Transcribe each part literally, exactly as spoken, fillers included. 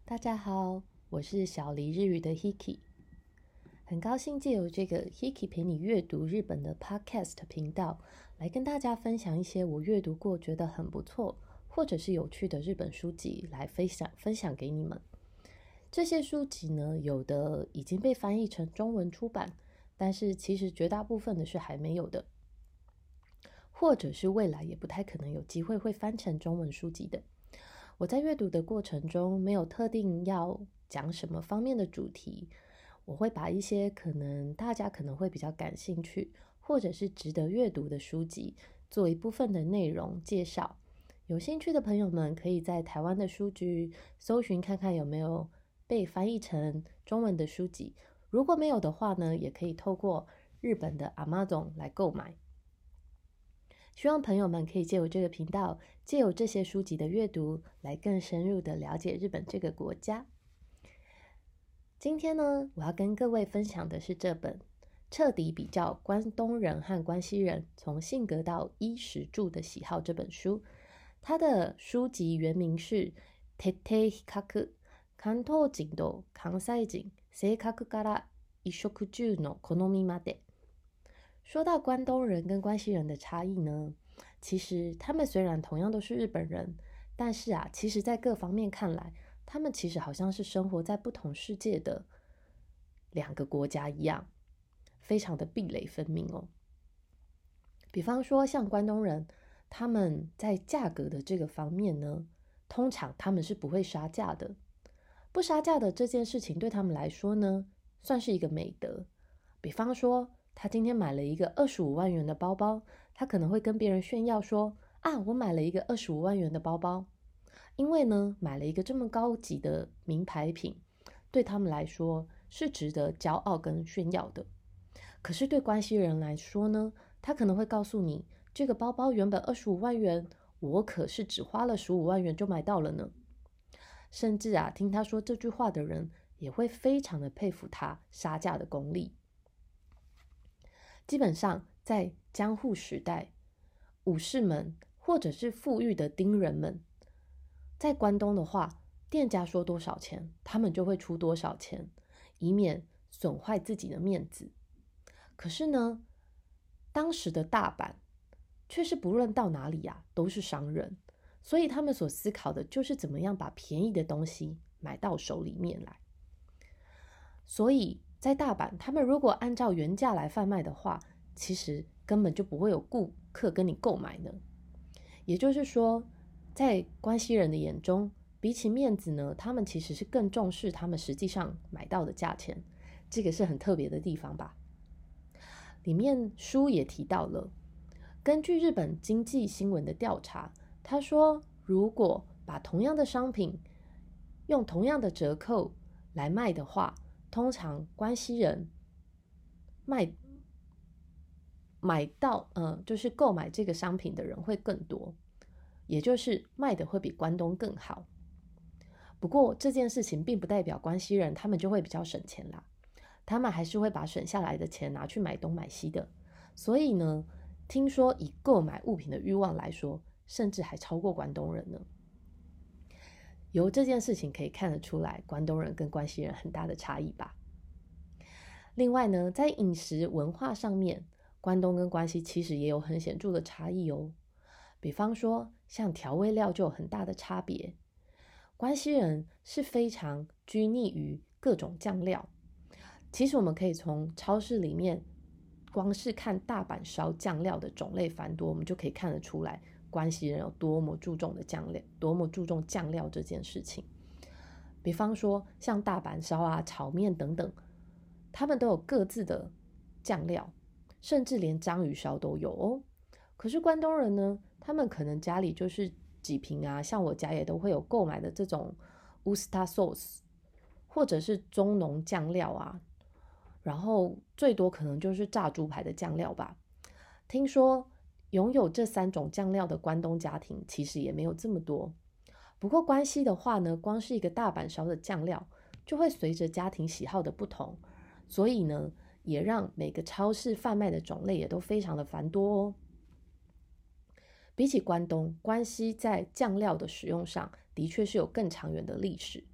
大家好，我是小黎日语的 Hiki， 很高兴借由这个 Hiki 陪你阅读日本的 Podcast 频道，来跟大家分享一些我阅读过觉得很不错或者是有趣的日本书籍来分享分享给你们。这些书籍呢，有的已经被翻译成中文出版，但是其实绝大部分的是还没有的，或者是未来也不太可能有机会会翻成中文书籍的。我在阅读的过程中没有特定要讲什么方面的主题，我会把一些可能大家可能会比较感兴趣或者是值得阅读的书籍做一部分的内容介绍。有兴趣的朋友们可以在台湾的书局搜寻看看有没有被翻译成中文的书籍，如果没有的话呢，也可以透过日本的 Amazon 来购买。希望朋友们可以借由这个频道，借由这些书籍的阅读，来更深入的了解日本这个国家。今天呢，我要跟各位分享的是这本《彻底比较关东人和关西人从性格到衣食住的喜好》这本书。它的书籍原名是徹底比較関東人と関西人性格から衣食住の好みまで。说到关东人跟关西人的差异呢，其实他们虽然同样都是日本人，但是啊，其实在各方面看来，他们其实好像是生活在不同世界的两个国家一样，非常的壁垒分明哦。比方说像关东人，他们在价格的这个方面呢，通常他们是不会杀价的。不杀价的这件事情对他们来说呢，算是一个美德。比方说他今天买了一个二十五万元的包包，他可能会跟别人炫耀说啊，我买了一个二十五万元的包包。因为呢，买了一个这么高级的名牌品，对他们来说是值得骄傲跟炫耀的。可是对关西人来说呢，他可能会告诉你，这个包包原本二十五万元，我可是只花了十五万元就买到了呢。甚至啊，听他说这句话的人也会非常的佩服他杀价的功力。基本上在江户时代，武士们或者是富裕的丁人们，在关东的话，店家说多少钱，他们就会出多少钱，以免损坏自己的面子。可是呢，当时的大阪却是不论到哪里啊，都是商人，所以他们所思考的就是怎么样把便宜的东西买到手里面来。所以在大阪，他们如果按照原价来贩卖的话，其实根本就不会有顾客跟你购买呢。也就是说，在关西人的眼中，比起面子呢，他们其实是更重视他们实际上买到的价钱。这个是很特别的地方吧。里面书也提到了，根据日本经济新闻的调查，他说如果把同样的商品用同样的折扣来卖的话，通常关西人卖买到呃，就是购买这个商品的人会更多，也就是卖的会比关东更好。不过这件事情并不代表关西人他们就会比较省钱啦，他们还是会把省下来的钱拿去买东买西的。所以呢，听说以购买物品的欲望来说，甚至还超过关东人呢。由这件事情可以看得出来，关东人跟关西人很大的差异吧。另外呢，在饮食文化上面，关东跟关西其实也有很显著的差异哦。比方说，像调味料就有很大的差别。关西人是非常拘泥于各种酱料。其实我们可以从超市里面，光是看大阪烧酱料的种类繁多，我们就可以看得出来，关西人有多么注重的酱料，多么注重酱料这件事情。比方说像大阪烧啊、炒面等等，他们都有各自的酱料，甚至连章鱼烧都有哦。可是关东人呢，他们可能家里就是几瓶啊，像我家也都会有购买的这种 Usta sauce， 或者是中浓酱料啊，然后最多可能就是炸猪排的酱料吧。听说拥有这三种酱料的关东家庭其实也没有这么多。不过关西的话呢，光是一个大阪烧的酱料就会随着家庭喜好的不同，所以呢，也让每个超市贩卖的种类也都非常的繁多哦。比起关东，关西在酱料的使用上的确是有更长远的历史。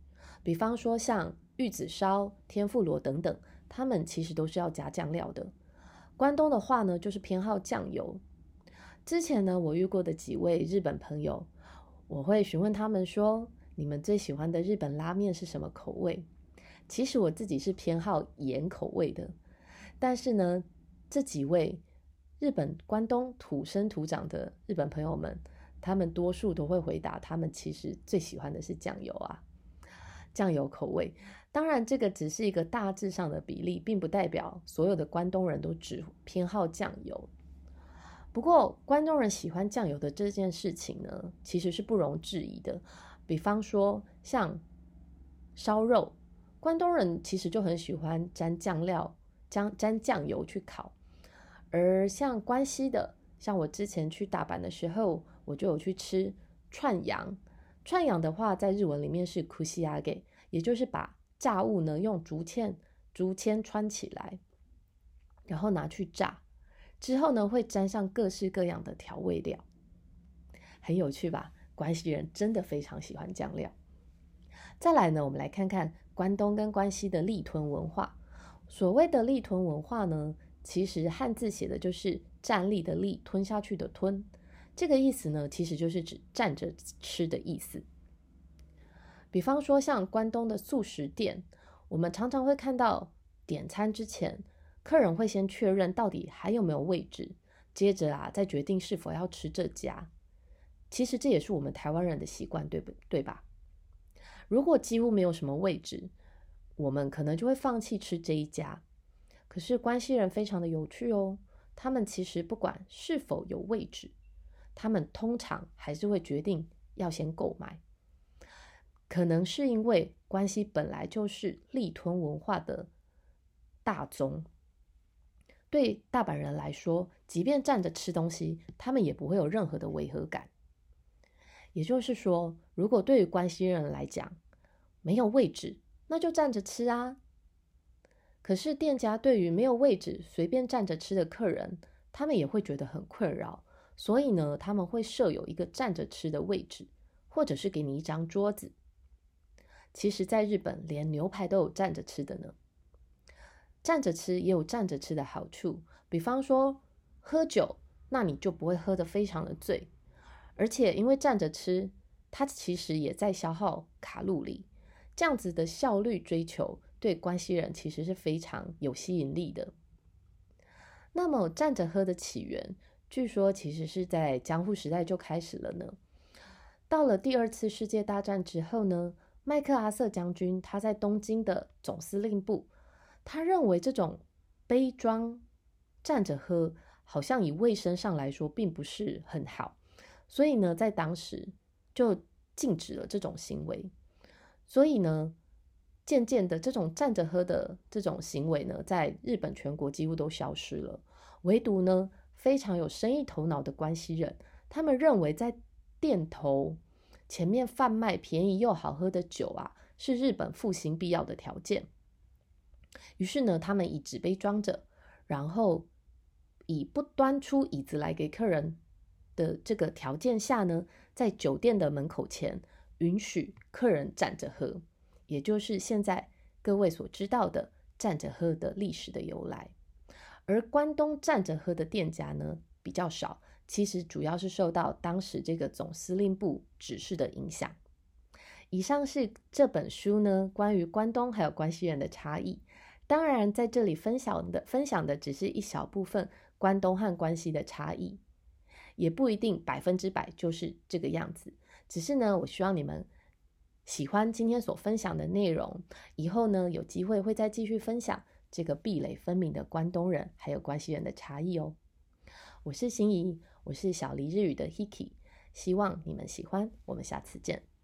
比方说像玉子烧、天妇罗等等，他们其实都是要加酱料的。关东的话呢，就是偏好酱油。之前呢，我遇过的几位日本朋友，我会询问他们说，你们最喜欢的日本拉面是什么口味？其实我自己是偏好盐口味的，但是呢，这几位日本关东土生土长的日本朋友们，他们多数都会回答，他们其实最喜欢的是酱油啊，酱油口味。当然，这个只是一个大致上的比例，并不代表所有的关东人都只偏好酱油。不过，关东人喜欢酱油的这件事情呢，其实是不容置疑的。比方说，像烧肉，关东人其实就很喜欢沾酱料、沾沾酱油去烤。而像关西的，像我之前去大阪的时候，我就有去吃串羊。串羊的话，在日文里面是 kushiyage， 也就是把炸物呢用竹签竹签穿起来，然后拿去炸。之后呢，会沾上各式各样的调味料，很有趣吧？关西人真的非常喜欢酱料。再来呢，我们来看看关东跟关西的立吞文化。所谓的立吞文化呢，其实汉字写的就是站立的立，吞下去的吞。这个意思呢，其实就是指站着吃的意思。比方说像关东的素食店，我们常常会看到点餐之前，客人会先确认到底还有没有位置，接着啊再决定是否要吃这家。其实这也是我们台湾人的习惯，对不对吧？如果几乎没有什么位置，我们可能就会放弃吃这一家。可是关西人非常的有趣哦，他们其实不管是否有位置，他们通常还是会决定要先购买。可能是因为关西本来就是立吞文化的大宗，对大阪人来说，即便站着吃东西，他们也不会有任何的违和感。也就是说，如果对于关西人来讲，没有位置，那就站着吃啊。可是店家对于没有位置随便站着吃的客人，他们也会觉得很困扰，所以呢，他们会设有一个站着吃的位置，或者是给你一张桌子。其实在日本，连牛排都有站着吃的呢。站着吃也有站着吃的好处，比方说喝酒，那你就不会喝得非常的醉，而且因为站着吃，它其实也在消耗卡路里，这样子的效率追求对关西人其实是非常有吸引力的。那么站着喝的起源，据说其实是在江户时代就开始了呢。到了第二次世界大战之后呢，麦克阿瑟将军他在东京的总司令部，他认为这种杯装站着喝好像以卫生上来说并不是很好，所以呢在当时就禁止了这种行为。所以呢渐渐的这种站着喝的这种行为呢，在日本全国几乎都消失了。唯独呢非常有生意头脑的关西人，他们认为在店头前面贩卖便宜又好喝的酒啊，是日本复兴必要的条件。于是呢，他们以纸杯装着，然后以不端出椅子来给客人的这个条件下呢，在酒店的门口前允许客人站着喝，也就是现在各位所知道的站着喝的历史的由来。而关东站着喝的店家呢比较少，其实主要是受到当时这个总司令部指示的影响。以上是这本书呢关于关东还有关西人的差异。当然在这里分享的分享的只是一小部分关东和关西的差异，也不一定百分之百就是这个样子。只是呢，我希望你们喜欢今天所分享的内容，以后呢有机会会再继续分享这个壁垒分明的关东人还有关西人的差异哦。我是心怡，我是小黎日语的 Hiki， 希望你们喜欢，我们下次见。